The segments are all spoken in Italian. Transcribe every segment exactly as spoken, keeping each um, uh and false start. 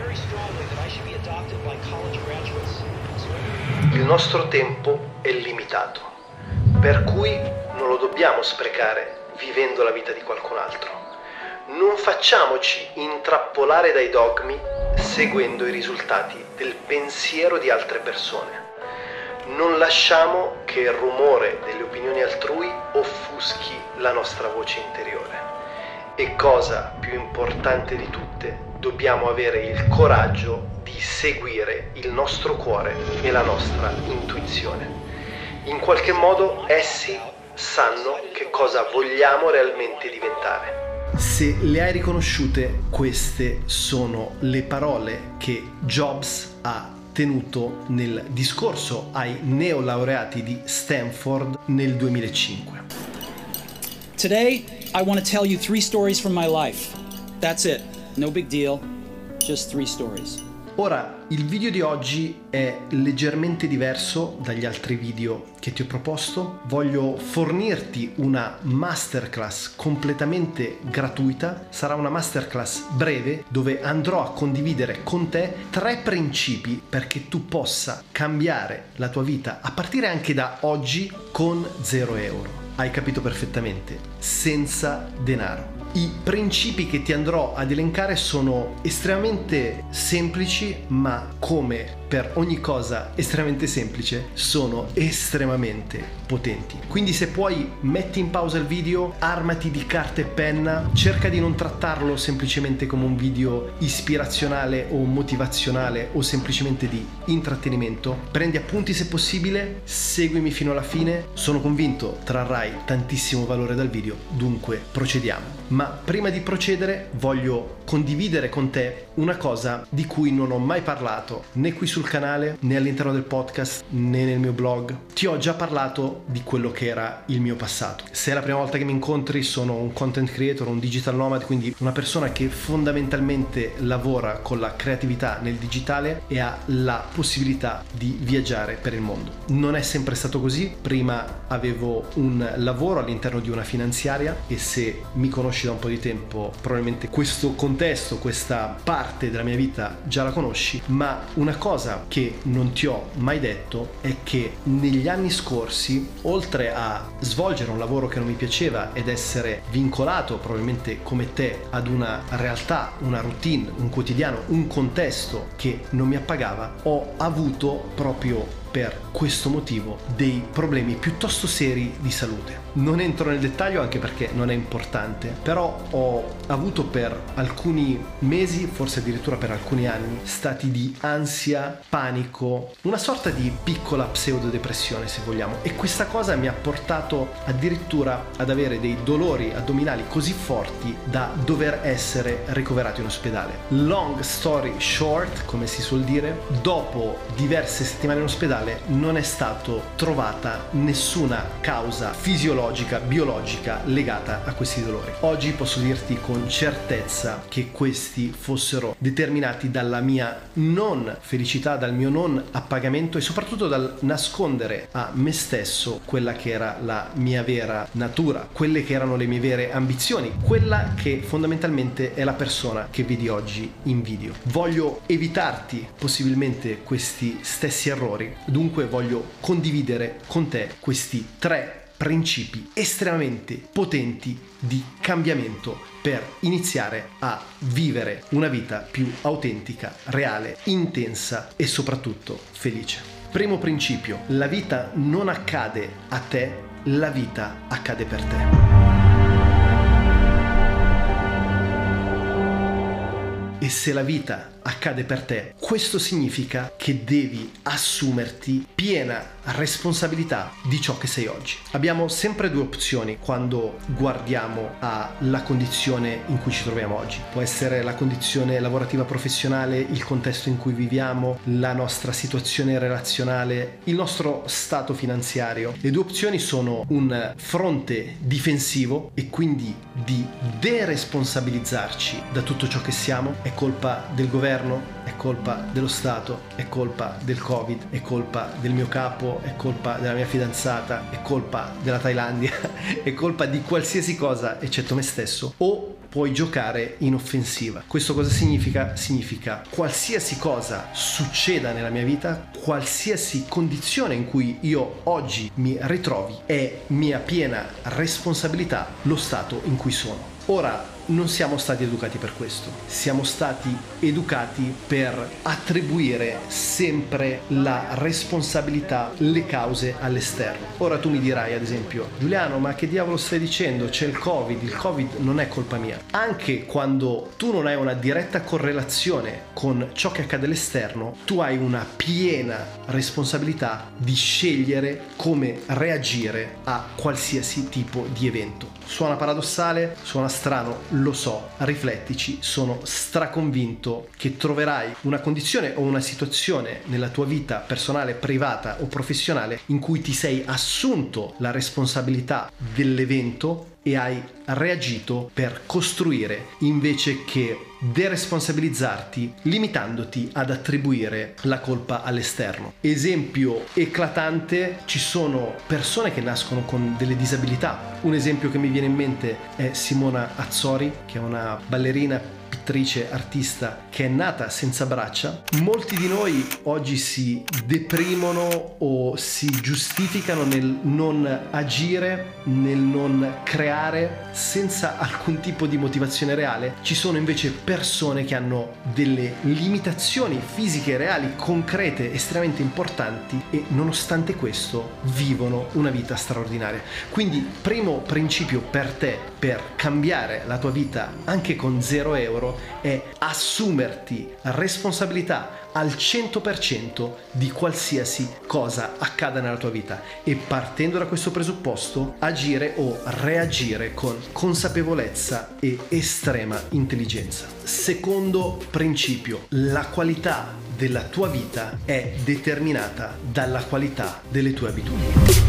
Il nostro tempo è limitato, per cui non lo dobbiamo sprecare vivendo la vita di qualcun altro. Non facciamoci intrappolare dai dogmi seguendo i risultati del pensiero di altre persone. Non lasciamo che il rumore delle opinioni altrui offuschi la nostra voce interiore. E cosa più importante di tutte, dobbiamo avere il coraggio di seguire il nostro cuore e la nostra intuizione. In qualche modo essi sanno che cosa vogliamo realmente diventare. Se le hai riconosciute, queste sono le parole che Jobs ha tenuto nel discorso ai neolaureati di Stanford nel duemilacinque. Today, I want to tell you three stories from my life. That's it. No big deal. Just three stories. Ora, il video di oggi è leggermente diverso dagli altri video che ti ho proposto. Voglio fornirti una masterclass completamente gratuita. Sarà una masterclass breve dove andrò a condividere con te tre principi perché tu possa cambiare la tua vita a partire anche da oggi con zero euro. Hai capito perfettamente, senza denaro. I principi che ti andrò ad elencare sono estremamente semplici, ma come per ogni cosa estremamente semplice, sono estremamente potenti. Quindi se puoi, metti in pausa il video, armati di carta e penna, cerca di non trattarlo semplicemente come un video ispirazionale o motivazionale o semplicemente di intrattenimento. Prendi appunti se possibile, seguimi fino alla fine, sono convinto trarrai tantissimo valore dal video, dunque procediamo. Ma prima di procedere voglio condividere con te una cosa di cui non ho mai parlato né qui sul canale né all'interno del podcast né nel mio blog. Ti ho già parlato di quello che era il mio passato. Se è la prima volta che mi incontri, sono un content creator, un digital nomad, quindi una persona che fondamentalmente lavora con la creatività nel digitale e ha la possibilità di viaggiare per il mondo. Non è sempre stato così. Prima avevo un lavoro all'interno di una finanziaria e se mi conosci da un po' di tempo probabilmente questo contesto, questa parte della mia vita già la conosci, ma una cosa che non ti ho mai detto è che negli anni scorsi, oltre a svolgere un lavoro che non mi piaceva ed essere vincolato probabilmente come te ad una realtà, una routine, un quotidiano, un contesto che non mi appagava, ho avuto proprio per questo motivo dei problemi piuttosto seri di salute. Non entro nel dettaglio anche perché non è importante, però ho avuto per alcuni mesi, forse addirittura per alcuni anni, stati di ansia, panico, una sorta di piccola pseudodepressione se vogliamo, e questa cosa mi ha portato addirittura ad avere dei dolori addominali così forti da dover essere ricoverato in ospedale. Long story short, come si suol dire, dopo diverse settimane in ospedale non è stato trovata nessuna causa fisiologica, biologica legata a questi dolori. Oggi posso dirti con certezza che questi fossero determinati dalla mia non felicità, dal mio non appagamento e soprattutto dal nascondere a me stesso quella che era la mia vera natura, quelle che erano le mie vere ambizioni, quella che fondamentalmente è la persona che vedi oggi in video. Voglio evitarti possibilmente questi stessi errori. Dunque voglio condividere con te questi tre principi estremamente potenti di cambiamento per iniziare a vivere una vita più autentica, reale, intensa e soprattutto felice. Primo principio: la vita non accade a te, la vita accade per te. E se la vita accade per te, questo significa che devi assumerti piena responsabilità di ciò che sei oggi. Abbiamo sempre due opzioni quando guardiamo alla condizione in cui ci troviamo oggi. Può essere la condizione lavorativa professionale, il contesto in cui viviamo, la nostra situazione relazionale, il nostro stato finanziario. Le due opzioni sono un fronte difensivo e quindi di deresponsabilizzarci da tutto ciò che siamo. È colpa del governo, è colpa dello Stato, è colpa del Covid, è colpa del mio capo, è colpa della mia fidanzata, è colpa della Thailandia, è colpa di qualsiasi cosa eccetto me stesso. O puoi giocare in offensiva. Questo cosa significa? Significa qualsiasi cosa succeda nella mia vita, qualsiasi condizione in cui io oggi mi ritrovi, è mia piena responsabilità lo stato in cui sono. Ora, non siamo stati educati per questo, siamo stati educati per attribuire sempre la responsabilità, le cause all'esterno. Ora tu mi dirai, ad esempio, Giuliano, ma che diavolo stai dicendo? C'è il Covid, il Covid non è colpa mia. Anche quando tu non hai una diretta correlazione con ciò che accade all'esterno, tu hai una piena responsabilità di scegliere come reagire a qualsiasi tipo di evento. Suona paradossale, suona strano, lo so, riflettici, sono straconvinto che troverai una condizione o una situazione nella tua vita personale, privata o professionale in cui ti sei assunto la responsabilità dell'evento e hai reagito per costruire invece che deresponsabilizzarti, limitandoti ad attribuire la colpa all'esterno. Esempio eclatante, ci sono persone che nascono con delle disabilità. Un esempio che mi viene in mente è Simona Azzori, che è una ballerina, pittrice, artista che è nata senza braccia. Molti di noi oggi si deprimono o si giustificano nel non agire, nel non creare senza alcun tipo di motivazione reale. Ci sono invece persone che hanno delle limitazioni fisiche reali, concrete, estremamente importanti e nonostante questo vivono una vita straordinaria. Quindi primo principio per te per cambiare la tua vita anche con zero euro è assumerti responsabilità al cento per cento di qualsiasi cosa accada nella tua vita e partendo da questo presupposto agire o reagire con consapevolezza e estrema intelligenza. Secondo principio, la qualità della tua vita è determinata dalla qualità delle tue abitudini.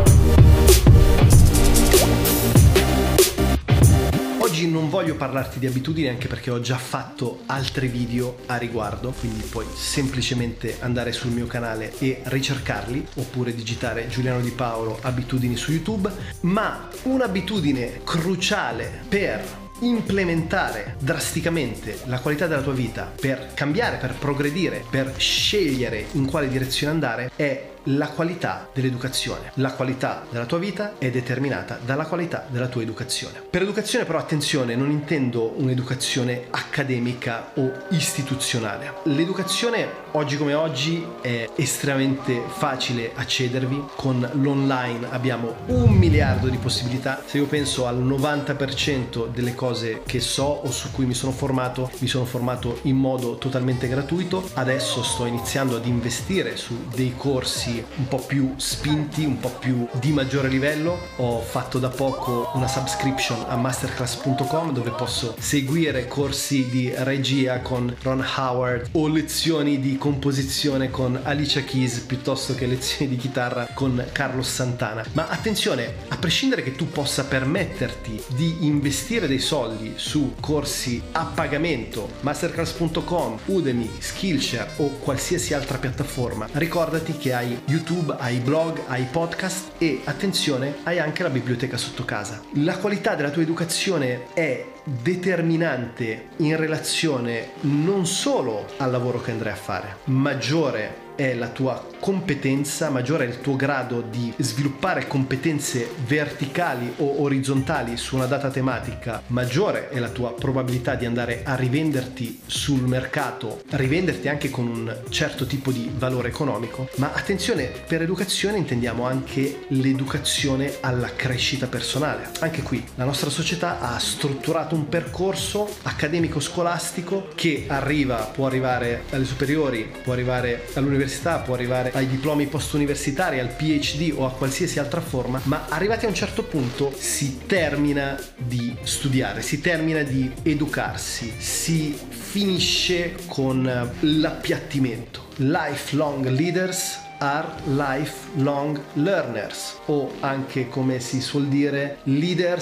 Oggi non voglio parlarti di abitudini anche perché ho già fatto altri video a riguardo, quindi puoi semplicemente andare sul mio canale e ricercarli oppure digitare Giuliano Di Paolo abitudini su YouTube, ma un'abitudine cruciale per implementare drasticamente la qualità della tua vita, per cambiare, per progredire, per scegliere in quale direzione andare è la qualità dell'educazione. La qualità della tua vita è determinata dalla qualità della tua educazione. Per educazione però attenzione, non intendo un'educazione accademica o istituzionale. L'educazione oggi come oggi è estremamente facile accedervi, con l'online abbiamo un miliardo di possibilità. Se io penso al novanta per cento delle cose che so o su cui mi sono formato, mi sono formato in modo totalmente gratuito. Adesso sto iniziando ad investire su dei corsi un po' più spinti, un po' più di maggiore livello. Ho fatto da poco una subscription a masterclass punto com dove posso seguire corsi di regia con Ron Howard o lezioni di composizione con Alicia Keys piuttosto che lezioni di chitarra con Carlos Santana. Ma attenzione, a prescindere che tu possa permetterti di investire dei soldi su corsi a pagamento, masterclass punto com, Udemy, Skillshare o qualsiasi altra piattaforma, ricordati che hai YouTube, hai blog, hai podcast e attenzione, hai anche la biblioteca sotto casa. La qualità della tua educazione è determinante in relazione non solo al lavoro che andrai a fare, maggiore è la tua competenza, maggiore è il tuo grado di sviluppare competenze verticali o orizzontali su una data tematica, maggiore è la tua probabilità di andare a rivenderti sul mercato, rivenderti anche con un certo tipo di valore economico. Ma attenzione, per educazione intendiamo anche l'educazione alla crescita personale. Anche qui la nostra società ha strutturato un percorso accademico scolastico che arriva, può arrivare alle superiori, può arrivare all'università, può arrivare ai diplomi post-universitari, al P H D o a qualsiasi altra forma, ma arrivati a un certo punto si termina di studiare, si termina di educarsi, si finisce con l'appiattimento. Lifelong leaders are lifelong learners, o anche, come si suol dire, leaders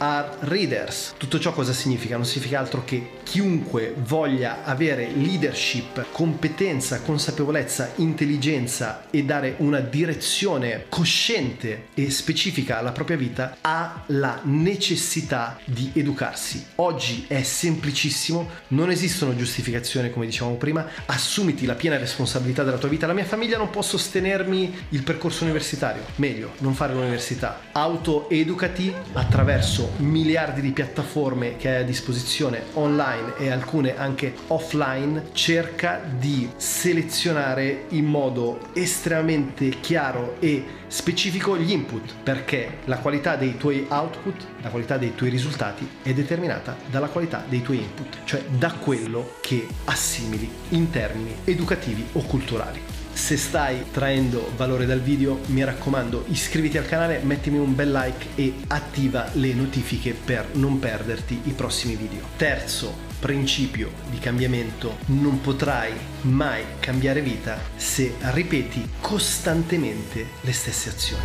are readers. Tutto ciò cosa significa? Non significa altro che chiunque voglia avere leadership, competenza, consapevolezza, intelligenza e dare una direzione cosciente e specifica alla propria vita ha la necessità di educarsi. Oggi è semplicissimo, non esistono giustificazioni come dicevamo prima, assumiti la piena responsabilità della tua vita. La mia famiglia non può sostenermi il percorso universitario, meglio non fare l'università. Autoeducati attraverso miliardi di piattaforme che hai a disposizione online e alcune anche offline. Cerca di selezionare in modo estremamente chiaro e specifico gli input, perché la qualità dei tuoi output, la qualità dei tuoi risultati è determinata dalla qualità dei tuoi input, cioè da quello che assimili in termini educativi o culturali. Se stai traendo valore dal video, mi raccomando, iscriviti al canale, mettimi un bel like e attiva le notifiche per non perderti i prossimi video. Terzo principio di cambiamento: non potrai mai cambiare vita se ripeti costantemente le stesse azioni.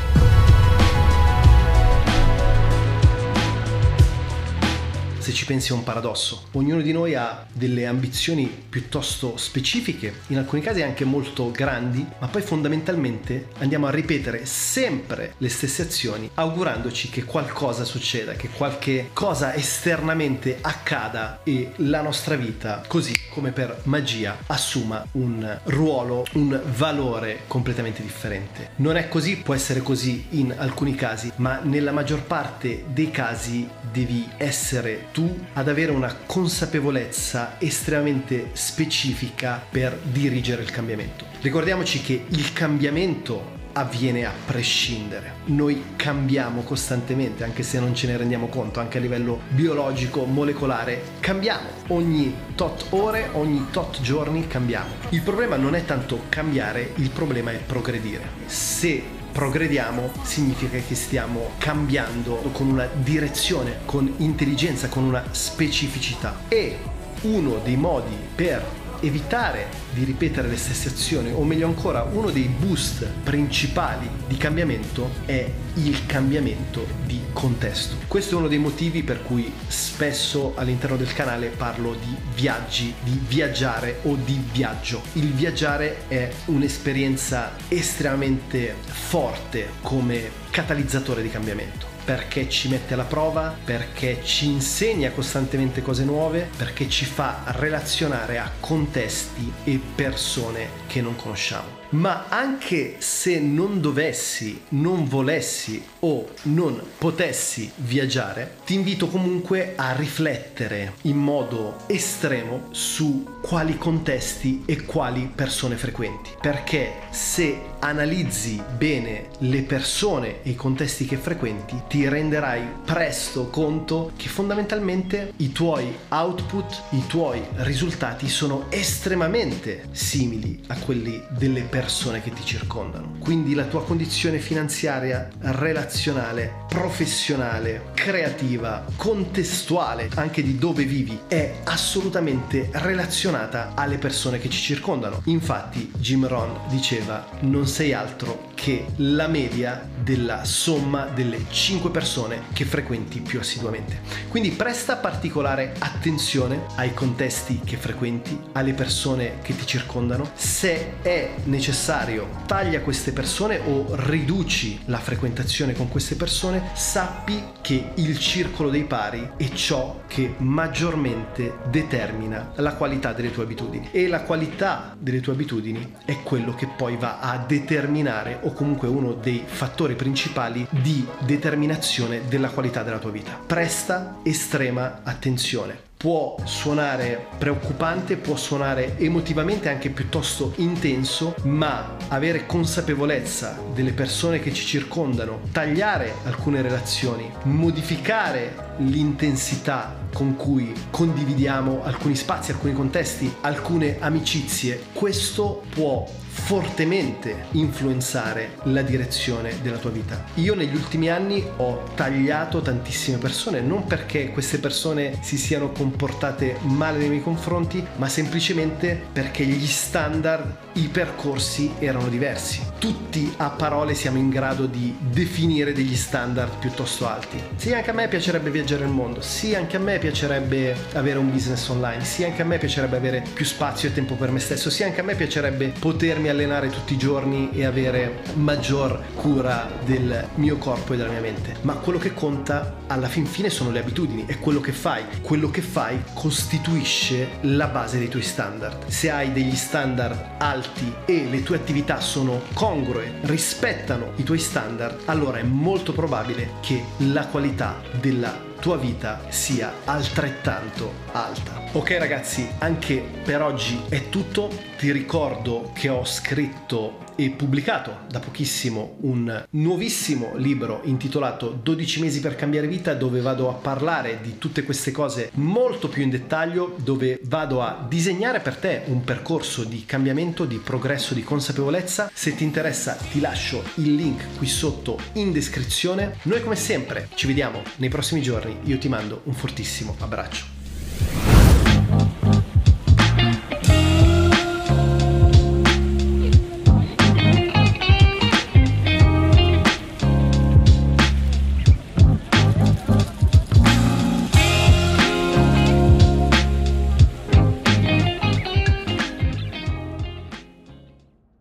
Se ci pensi è un paradosso. Ognuno di noi ha delle ambizioni piuttosto specifiche, in alcuni casi anche molto grandi, ma poi fondamentalmente andiamo a ripetere sempre le stesse azioni, augurandoci che qualcosa succeda, che qualche cosa esternamente accada e la nostra vita, così come per magia, assuma un ruolo, un valore completamente differente. Non è così, può essere così in alcuni casi, ma nella maggior parte dei casi devi essere tu ad avere una consapevolezza estremamente specifica per dirigere il cambiamento. Ricordiamoci che il cambiamento avviene a prescindere. Noi cambiamo costantemente, anche se non ce ne rendiamo conto, anche a livello biologico, molecolare, cambiamo. Ogni tot ore, ogni tot giorni cambiamo. Il problema non è tanto cambiare, il problema è progredire. Se progrediamo significa che stiamo cambiando con una direzione, con intelligenza, con una specificità. E uno dei modi per evitare di ripetere le stesse azioni, o meglio ancora, uno dei boost principali di cambiamento è il cambiamento di contesto. Questo è uno dei motivi per cui spesso all'interno del canale parlo di viaggi, di viaggiare o di viaggio. Il viaggiare è un'esperienza estremamente forte come catalizzatore di cambiamento, perché ci mette alla prova, perché ci insegna costantemente cose nuove, perché ci fa relazionare a contesti e persone che non conosciamo. Ma anche se non dovessi, non volessi o non potessi viaggiare, ti invito comunque a riflettere in modo estremo su quali contesti e quali persone frequenti, perché se analizzi bene le persone e i contesti che frequenti, ti renderai presto conto che fondamentalmente i tuoi output, i tuoi risultati sono estremamente simili a quelli delle persone che ti circondano. Quindi la tua condizione finanziaria, relazionale, professionale, creativa, contestuale, anche di dove vivi, è assolutamente relazionata alle persone che ci circondano. Infatti Jim Rohn diceva: non sei altro che la media della somma delle cinque persone che frequenti più assiduamente. Quindi presta particolare attenzione ai contesti che frequenti, alle persone che ti circondano. Se è necessario, taglia queste persone o riduci la frequentazione con queste persone. Sappi che il circolo dei pari è ciò che maggiormente determina la qualità delle tue abitudini, e la qualità delle tue abitudini è quello che poi va a determinare, o comunque uno dei fattori principali di determinazione della qualità della tua vita. Presta estrema attenzione. Può suonare preoccupante, può suonare emotivamente anche piuttosto intenso, ma avere consapevolezza delle persone che ci circondano, tagliare alcune relazioni, modificare l'intensità con cui condividiamo alcuni spazi, alcuni contesti, alcune amicizie, questo può fortemente influenzare la direzione della tua vita. Io negli ultimi anni ho tagliato tantissime persone, non perché queste persone si siano comportate comportate male nei miei confronti, ma semplicemente perché gli standard, i percorsi erano diversi. Tutti a parole siamo in grado di definire degli standard piuttosto alti. Sì, anche a me piacerebbe viaggiare il mondo, sì, anche a me piacerebbe avere un business online, sì, anche a me piacerebbe avere più spazio e tempo per me stesso, sì, anche a me piacerebbe potermi allenare tutti i giorni e avere maggior cura del mio corpo e della mia mente. Ma quello che conta alla fin fine sono le abitudini, è quello che fai. Quello che fai costituisce la base dei tuoi standard. Se hai degli standard alti e le tue attività sono congrue, rispettano i tuoi standard, allora è molto probabile che la qualità della tua vita sia altrettanto alta. Ok ragazzi, anche per oggi è tutto. Ti ricordo che ho scritto e pubblicato da pochissimo un nuovissimo libro intitolato dodici mesi per cambiare vita, dove vado a parlare di tutte queste cose molto più in dettaglio, dove vado a disegnare per te un percorso di cambiamento, di progresso, di consapevolezza. Se ti interessa ti lascio il link qui sotto in descrizione. Noi come sempre ci vediamo nei prossimi giorni, io ti mando un fortissimo abbraccio.